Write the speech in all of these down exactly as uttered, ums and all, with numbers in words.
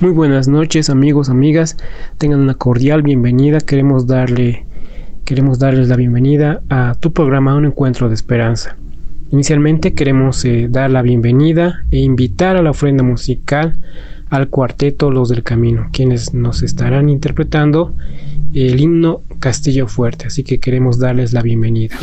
Muy buenas noches, amigos, amigas. Tengan una cordial bienvenida. Queremos darle, queremos darles la bienvenida a tu programa Un Encuentro de Esperanza. Inicialmente queremos eh, dar la bienvenida e invitar a la ofrenda musical al cuarteto Los del Camino, quienes nos estarán interpretando el himno Castillo Fuerte. Así que queremos darles la bienvenida.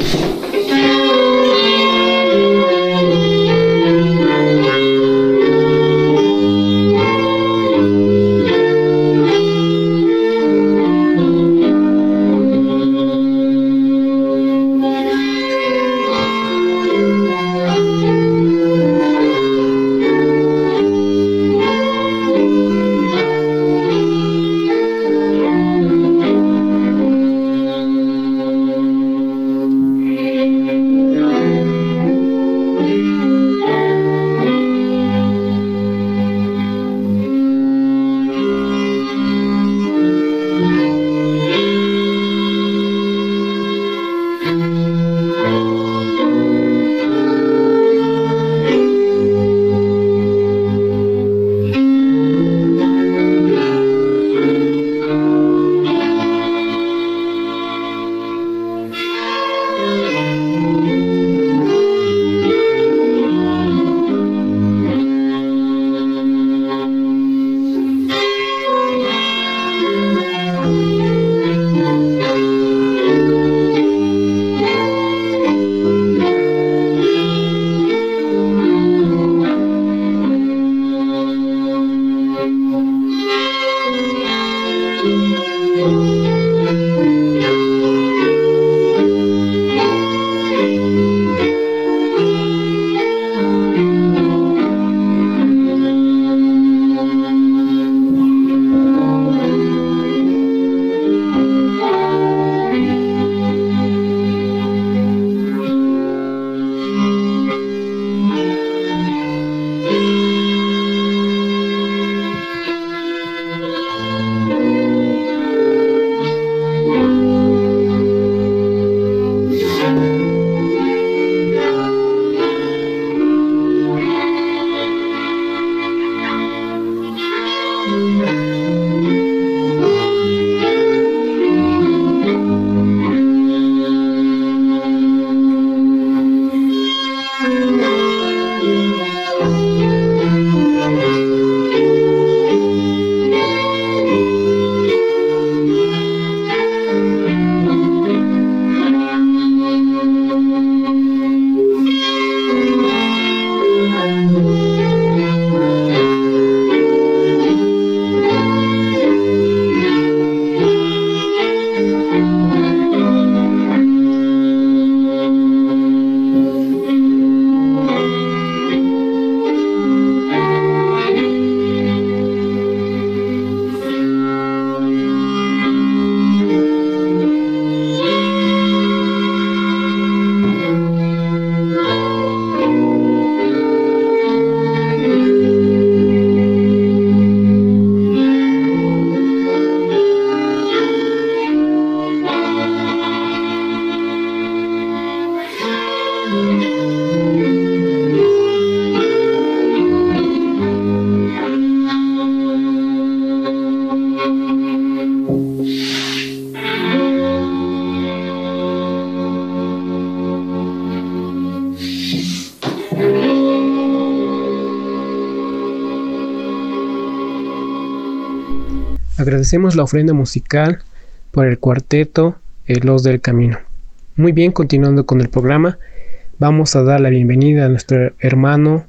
Agradecemos la ofrenda musical por el cuarteto eh, Los del Camino. Muy bien, continuando con el programa, vamos a dar la bienvenida a nuestro hermano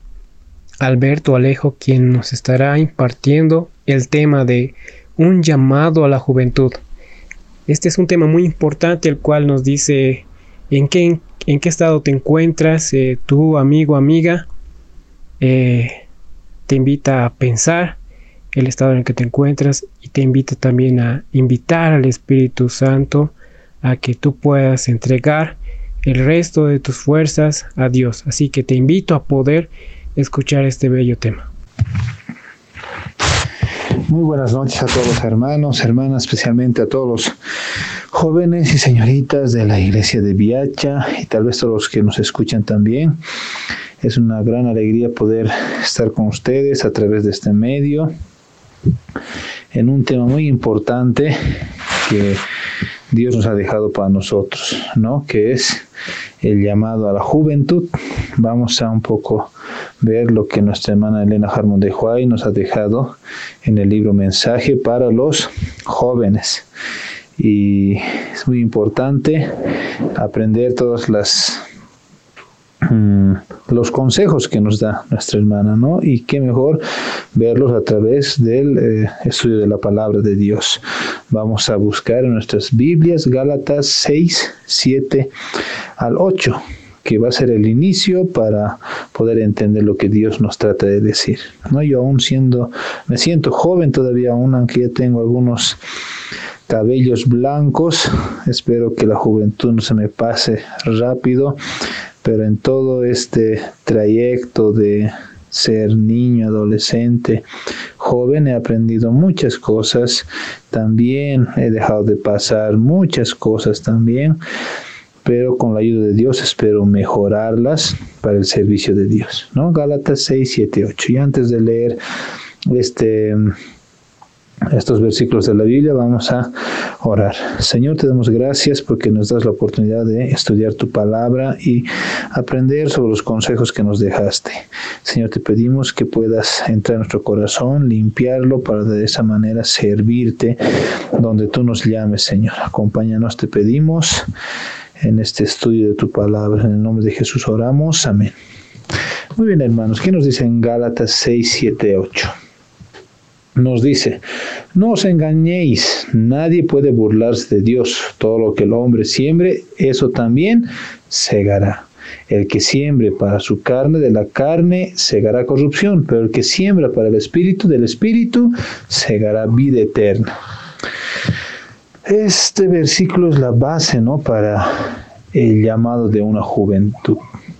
Alberto Alejo, quien nos estará impartiendo el tema de un llamado a la juventud. Este es un tema muy importante, el cual nos dice en qué, en qué estado te encuentras, eh, tu amigo, amiga. Eh, te invita a pensar el estado en el que te encuentras y te invita también a invitar al Espíritu Santo a que tú puedas entregar el resto de tus fuerzas a Dios. Así que te invito a poder escuchar este bello tema. Muy buenas noches a todos los hermanos, hermanas, especialmente a todos los jóvenes y señoritas de la iglesia de Viacha y tal vez todos los que nos escuchan también. Es una gran alegría poder estar con ustedes a través de este medio. en un tema muy importante que Dios nos ha dejado para nosotros, ¿no? Que es el llamado a la juventud. Vamos a un poco ver lo que nuestra hermana Elena Harmon de Huay nos ha dejado en el libro Mensaje para los jóvenes. Y es muy importante aprender todas las um, los consejos que nos da nuestra hermana, ¿no? Y qué mejor verlos a través del eh, estudio de la palabra de Dios. Vamos a buscar en nuestras Biblias Gálatas seis, siete al ocho, que va a ser el inicio para poder entender lo que Dios nos trata de decir, ¿no? Yo aún siendo, me siento joven todavía aún, aunque ya tengo algunos cabellos blancos, espero que la juventud no se me pase rápido, pero en todo este trayecto de ser niño, adolescente, joven, he aprendido muchas cosas, también he dejado de pasar muchas cosas también, pero con la ayuda de Dios espero mejorarlas para el servicio de Dios, ¿no? Gálatas seis, siete, ocho. Y antes de leer este... estos versículos de la Biblia, vamos a orar. Señor, te damos gracias porque nos das la oportunidad de estudiar tu palabra y aprender sobre los consejos que nos dejaste. Señor, te pedimos que puedas entrar en nuestro corazón, limpiarlo para de esa manera servirte donde tú nos llames, Señor. Acompáñanos, te pedimos, en este estudio de tu palabra. En el nombre de Jesús oramos. Amén. Muy bien, hermanos. ¿Qué nos dice en Gálatas seis, siete, ocho? Nos dice: no os engañéis, nadie puede burlarse de Dios. Todo lo que el hombre siembre, eso también segará. El que siembre para su carne, de la carne segará corrupción, pero el que siembra para el espíritu, del espíritu segará vida eterna. Este versículo es la base, ¿no?, para el llamado de una juventud.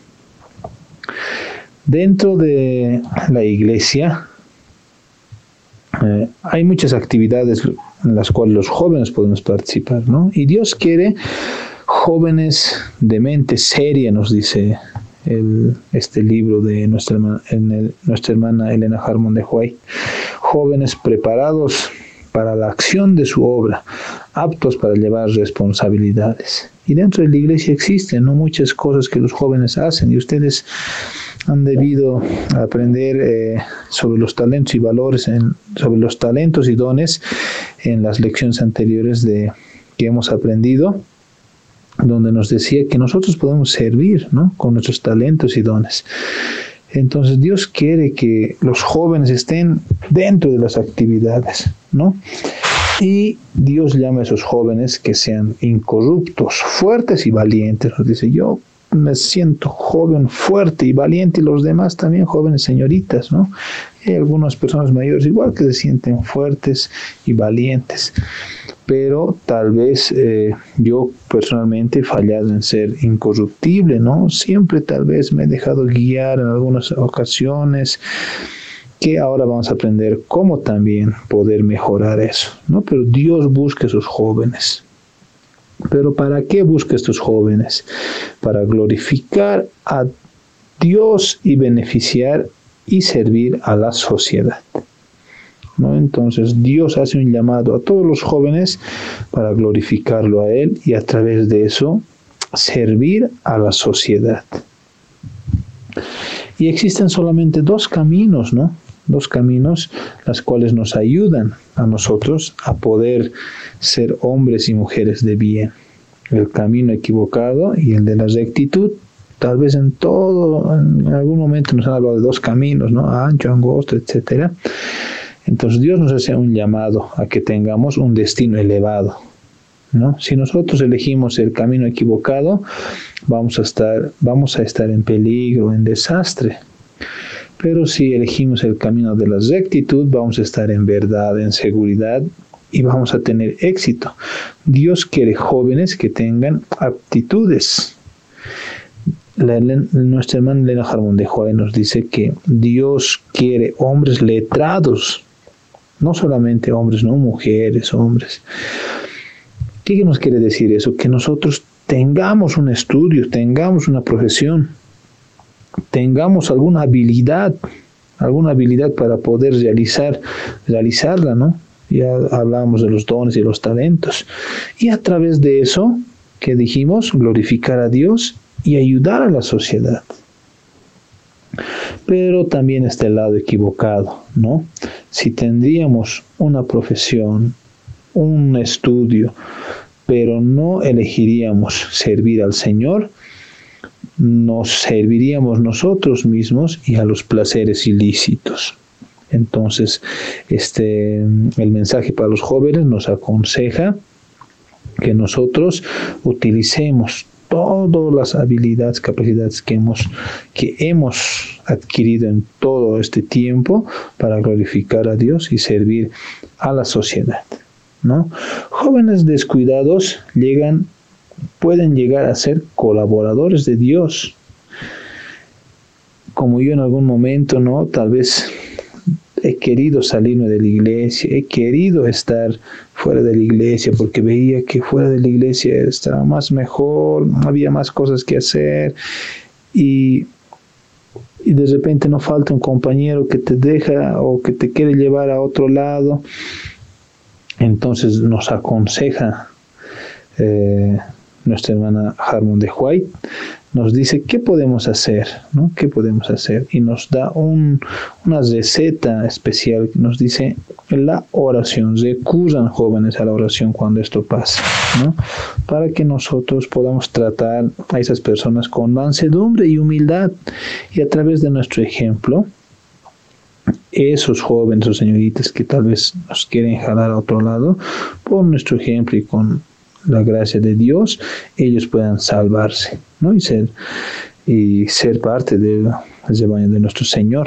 Dentro de la iglesia, Eh, hay muchas actividades en las cuales los jóvenes podemos participar, ¿no? Y Dios quiere jóvenes de mente seria, nos dice el, este libro de nuestra hermana, en el, nuestra hermana Elena Harmon de Huay. Jóvenes preparados para la acción de su obra, aptos para llevar responsabilidades. Y dentro de la iglesia existen, ¿no?, muchas cosas que los jóvenes hacen, y ustedes han debido aprender eh, sobre los talentos y valores, en, sobre los talentos y dones en las lecciones anteriores de, que hemos aprendido, donde nos decía que nosotros podemos servir, ¿no?, con nuestros talentos y dones. Entonces Dios quiere que los jóvenes estén dentro de las actividades, ¿no? Y Dios llama a esos jóvenes que sean incorruptos, fuertes y valientes. Nos dice: yo me siento joven, fuerte y valiente, y los demás también jóvenes señoritas, ¿no? Hay algunas personas mayores igual que se sienten fuertes y valientes, pero tal vez eh, yo personalmente he fallado en ser incorruptible, ¿no? Siempre tal vez me he dejado guiar en algunas ocasiones, que ahora vamos a aprender cómo también poder mejorar eso, ¿no? Pero Dios busca a esos jóvenes. ¿Pero para qué busca a estos jóvenes? Para glorificar a Dios y beneficiar y servir a la sociedad, ¿no? Entonces Dios hace un llamado a todos los jóvenes para glorificarlo a Él y a través de eso servir a la sociedad. Y existen solamente dos caminos, ¿no? Dos caminos, las cuales nos ayudan a nosotros a poder ser hombres y mujeres de bien. El camino equivocado y el de la rectitud. Tal vez en todo, en algún momento nos han hablado de dos caminos, ¿no? Ancho, angosto, etcétera. Entonces Dios nos hace un llamado a que tengamos un destino elevado, ¿no? Si nosotros elegimos el camino equivocado, vamos a estar, vamos a estar en peligro, en desastre. Pero si elegimos el camino de la rectitud, vamos a estar en verdad, en seguridad, y vamos a tener éxito. Dios quiere jóvenes que tengan aptitudes. La, la, nuestra hermana Elena Harmon de Huay nos dice que Dios quiere hombres letrados, no solamente hombres, no mujeres, hombres. ¿Qué nos quiere decir eso? Que nosotros tengamos un estudio, tengamos una profesión, tengamos alguna habilidad, alguna habilidad para poder realizar, realizarla, ¿no? Ya hablábamos de los dones y los talentos. Y a través de eso, que dijimos, glorificar a Dios y ayudar a la sociedad. Pero también está el lado equivocado, ¿no? Si tendríamos una profesión, un estudio, pero no elegiríamos servir al Señor, nos serviríamos nosotros mismos y a los placeres ilícitos. Entonces, este, el mensaje para los jóvenes nos aconseja que nosotros utilicemos todas las habilidades, capacidades que hemos, que hemos adquirido en todo este tiempo para glorificar a Dios y servir a la sociedad, ¿no? Jóvenes descuidados llegan, pueden llegar a ser colaboradores de Dios. Como yo en algún momento, ¿no? Tal vez he querido salirme de la iglesia, he querido estar fuera de la iglesia porque veía que fuera de la iglesia estaba más mejor, había más cosas que hacer y, y de repente no falta un compañero que te deja o que te quiere llevar a otro lado. Entonces nos aconseja eh, nuestra hermana Harmon de White, nos dice qué podemos hacer, ¿no? ¿Qué podemos hacer? Y nos da un, una receta especial, nos dice la oración. Recurran, jóvenes, a la oración cuando esto pase, ¿no? Para que nosotros podamos tratar a esas personas con mansedumbre y humildad. Y a través de nuestro ejemplo, esos jóvenes o señoritas que tal vez nos quieren jalar a otro lado, por nuestro ejemplo y con la gracia de Dios, ellos puedan salvarse, ¿no? Y ser, y ser parte del rebaño de nuestro Señor.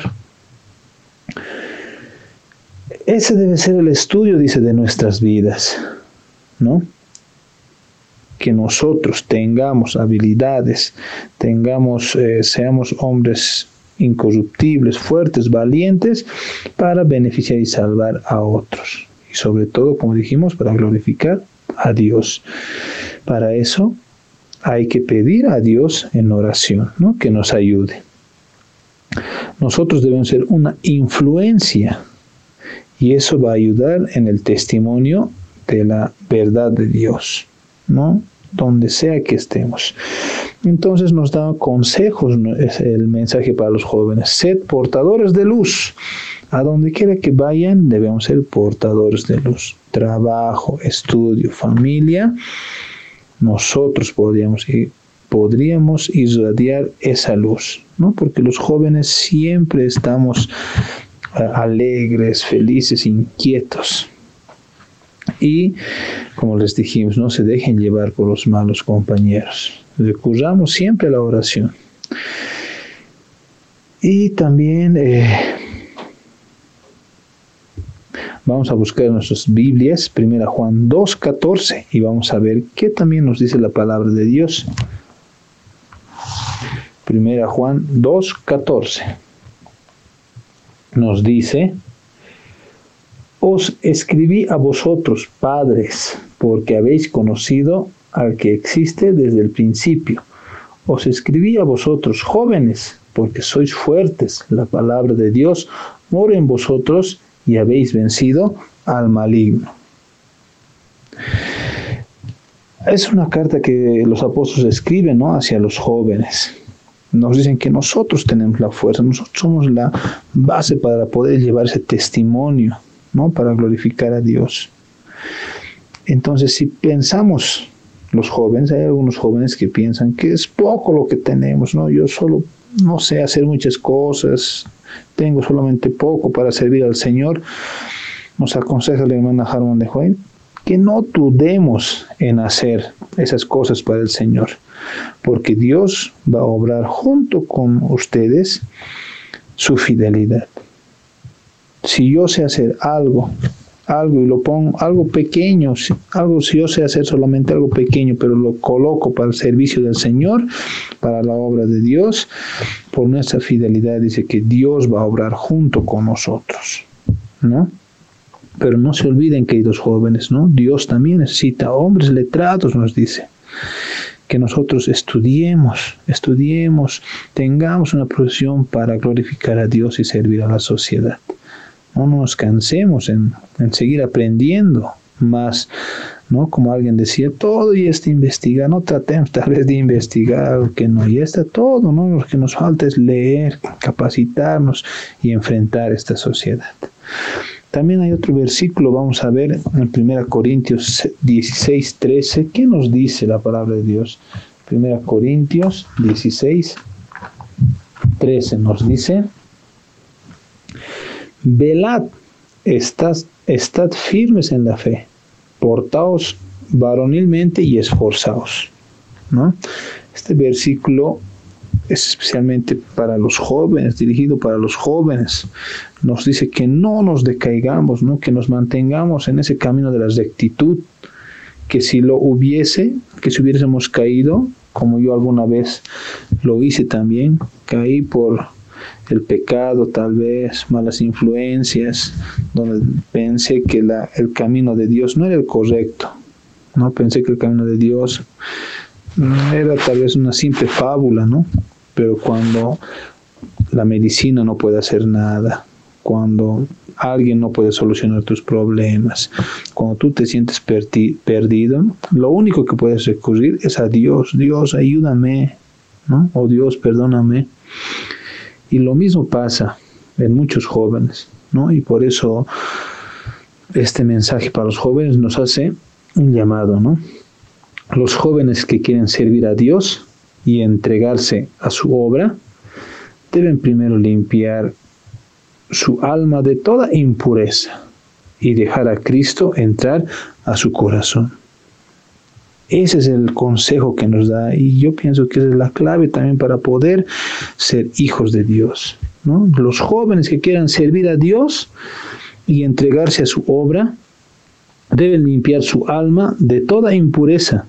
Ese debe ser el estudio, dice, de nuestras vidas, ¿no? Que nosotros tengamos habilidades, tengamos, eh, seamos hombres incorruptibles, fuertes, valientes, para beneficiar y salvar a otros. Y sobre todo, como dijimos, para glorificar a Dios. Para eso hay que pedir a Dios en oración, ¿no? Que nos ayude. Nosotros debemos ser una influencia y eso va a ayudar en el testimonio de la verdad de Dios, ¿no? Donde sea que estemos. Entonces nos da consejos, ¿no? Es el mensaje para los jóvenes. Sed portadores de luz. A donde quiera que vayan, debemos ser portadores de luz. Trabajo, estudio, familia. Nosotros podríamos, podríamos irradiar esa luz, ¿no? Porque los jóvenes siempre estamos uh, alegres, felices, inquietos. Y, como les dijimos, no se dejen llevar por los malos compañeros. Recurramos siempre a la oración. Y también eh, vamos a buscar en nuestras Biblias, primera Juan dos, catorce, y vamos a ver qué también nos dice la palabra de Dios. primera Juan dos, catorce. Nos dice: os escribí a vosotros, padres, porque habéis conocido al que existe desde el principio. Os escribí a vosotros, jóvenes, porque sois fuertes. La palabra de Dios mora en vosotros y habéis vencido al maligno. Es una carta que los apóstoles escriben, ¿no? Hacia los jóvenes. Nos dicen que nosotros tenemos la fuerza, nosotros somos la base para poder llevar ese testimonio, ¿no? Para glorificar a Dios. Entonces, si pensamos los jóvenes, hay algunos jóvenes que piensan que es poco lo que tenemos, ¿no? Yo solo no sé hacer muchas cosas, tengo solamente poco para servir al Señor. Nos aconseja la hermana Harmon de White que no dudemos en hacer esas cosas para el Señor, porque Dios va a obrar junto con ustedes su fidelidad. Si yo sé hacer algo, algo y lo pongo, algo pequeño, algo si yo sé hacer solamente algo pequeño, pero lo coloco para el servicio del Señor, para la obra de Dios, por nuestra fidelidad dice que Dios va a obrar junto con nosotros, ¿no? Pero no se olviden, queridos jóvenes, ¿no? Dios también necesita hombres letrados, nos dice, que nosotros estudiemos, estudiemos, tengamos una profesión para glorificar a Dios y servir a la sociedad. No nos cansemos en, en seguir aprendiendo más, ¿no? Como alguien decía, todo ya está investigado, no tratemos tal vez de investigar, que no, ya está todo, ¿no? Lo que nos falta es leer, capacitarnos y enfrentar esta sociedad. También hay otro versículo, vamos a ver en primera Corintios dieciséis, trece, ¿qué nos dice la palabra de Dios? primera Corintios dieciséis, trece nos dice: velad, estad, estad firmes en la fe, portaos varonilmente y esforzaos, ¿no? Este versículo es especialmente para los jóvenes, dirigido para los jóvenes. Nos dice que no nos decaigamos, ¿no? Que nos mantengamos en ese camino de la rectitud, que si lo hubiese, que si hubiésemos caído, como yo alguna vez lo hice también, caí por el pecado, tal vez, malas influencias, donde pensé que la, el camino de Dios no era el correcto, ¿no? Pensé que el camino de Dios era tal vez una simple fábula, ¿no? Pero cuando la medicina no puede hacer nada, cuando alguien no puede solucionar tus problemas, cuando tú te sientes perdi- perdido, lo único que puedes recurrir es a Dios. Dios, ayúdame, ¿no? O Dios, perdóname. Y lo mismo pasa en muchos jóvenes, ¿no? Y por eso este mensaje para los jóvenes nos hace un llamado, ¿no? Los jóvenes que quieren servir a Dios y entregarse a su obra, deben primero limpiar su alma de toda impureza y dejar a Cristo entrar a su corazón. Ese es el consejo que nos da, y yo pienso que esa es la clave también para poder ser hijos de Dios, ¿no? Los jóvenes que quieran servir a Dios y entregarse a su obra, deben limpiar su alma de toda impureza.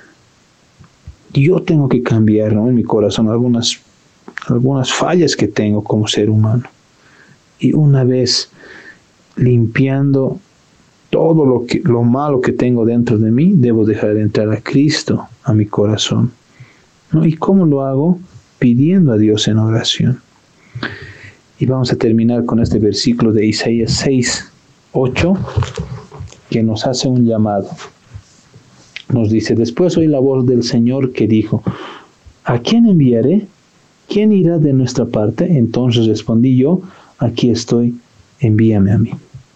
Yo tengo que cambiar, ¿no? En mi corazón algunas, algunas fallas que tengo como ser humano. Y una vez limpiando todo lo, que, lo malo que tengo dentro de mí, debo dejar entrar a Cristo a mi corazón, ¿no? ¿Y cómo lo hago? Pidiendo a Dios en oración. Y vamos a terminar con este versículo de Isaías seis, ocho, que nos hace un llamado. Nos dice: después oí la voz del Señor que dijo: ¿a quién enviaré? ¿Quién irá de nuestra parte? Entonces respondí yo: aquí estoy, envíame a mí.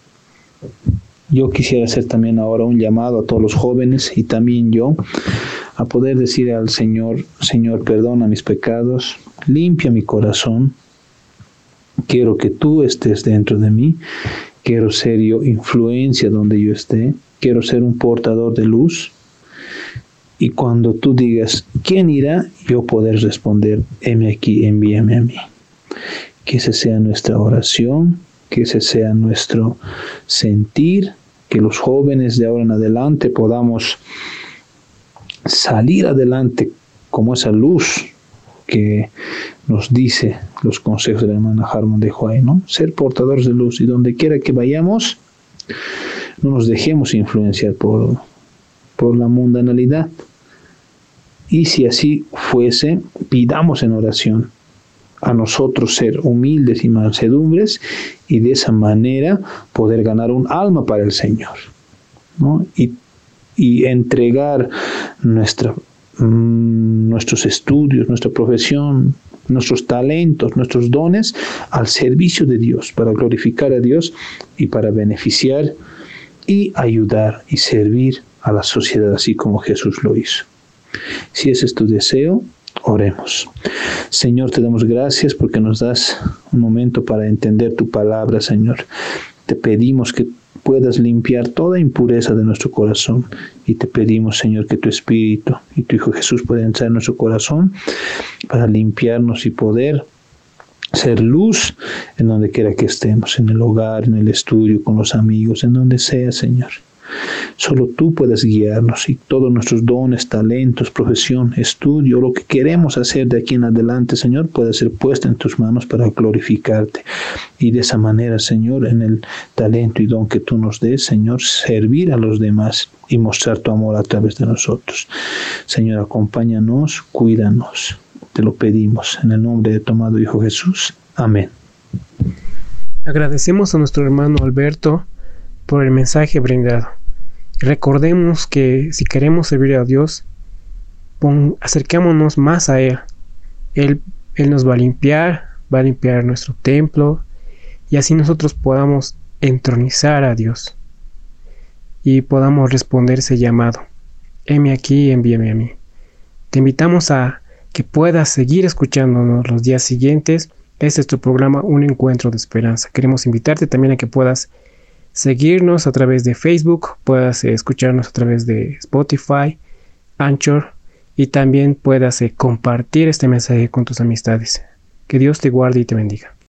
Yo quisiera hacer también ahora un llamado a todos los jóvenes, y también yo, a poder decir al Señor: Señor, perdona mis pecados, limpia mi corazón, quiero que tú estés dentro de mí, quiero ser yo influencia donde yo esté, quiero ser un portador de luz. Y cuando tú digas, ¿quién irá?, yo poder responder: heme aquí, envíame a mí. Que esa sea nuestra oración, que ese sea nuestro sentir, que los jóvenes de ahora en adelante podamos salir adelante como esa luz que nos dice los consejos de la hermana Harmon de Huay, ¿no? Ser portadores de luz, y donde quiera que vayamos, no nos dejemos influenciar por, por la mundanalidad. Y si así fuese, pidamos en oración a nosotros ser humildes y mansedumbres, y de esa manera poder ganar un alma para el Señor, ¿no? Y, y entregar nuestra, mmm, nuestros estudios, nuestra profesión, nuestros talentos, nuestros dones al servicio de Dios, para glorificar a Dios y para beneficiar y ayudar y servir a la sociedad, así como Jesús lo hizo. Si ese es tu deseo, oremos. Señor, te damos gracias porque nos das un momento para entender tu palabra, Señor. Te pedimos que puedas limpiar toda impureza de nuestro corazón, y te pedimos, Señor, que tu Espíritu y tu Hijo Jesús puedan entrar en nuestro corazón para limpiarnos y poder ser luz en donde quiera que estemos, en el hogar, en el estudio, con los amigos, en donde sea, Señor. Solo tú puedes guiarnos y todos nuestros dones, talentos, profesión, estudio, lo que queremos hacer de aquí en adelante, Señor, puede ser puesto en tus manos para glorificarte. Y de esa manera, Señor, en el talento y don que tú nos des, Señor, servir a los demás y mostrar tu amor a través de nosotros. Señor, acompáñanos, cuídanos. Te lo pedimos en el nombre de tu amado Hijo Jesús. Amén. Agradecemos a nuestro hermano Alberto por el mensaje brindado. Recordemos que si queremos servir a Dios, pon, acerquémonos más a Él. Él. Él nos va a limpiar, va a limpiar nuestro templo, y así nosotros podamos entronizar a Dios y podamos responder ese llamado. Heme aquí, envíame a mí. Te invitamos a que puedas seguir escuchándonos los días siguientes. Este es tu programa Un Encuentro de Esperanza. Queremos invitarte también a que puedas seguirnos a través de Facebook, puedas eh, escucharnos a través de Spotify, Anchor, y también puedas eh, compartir este mensaje con tus amistades. Que Dios te guarde y te bendiga.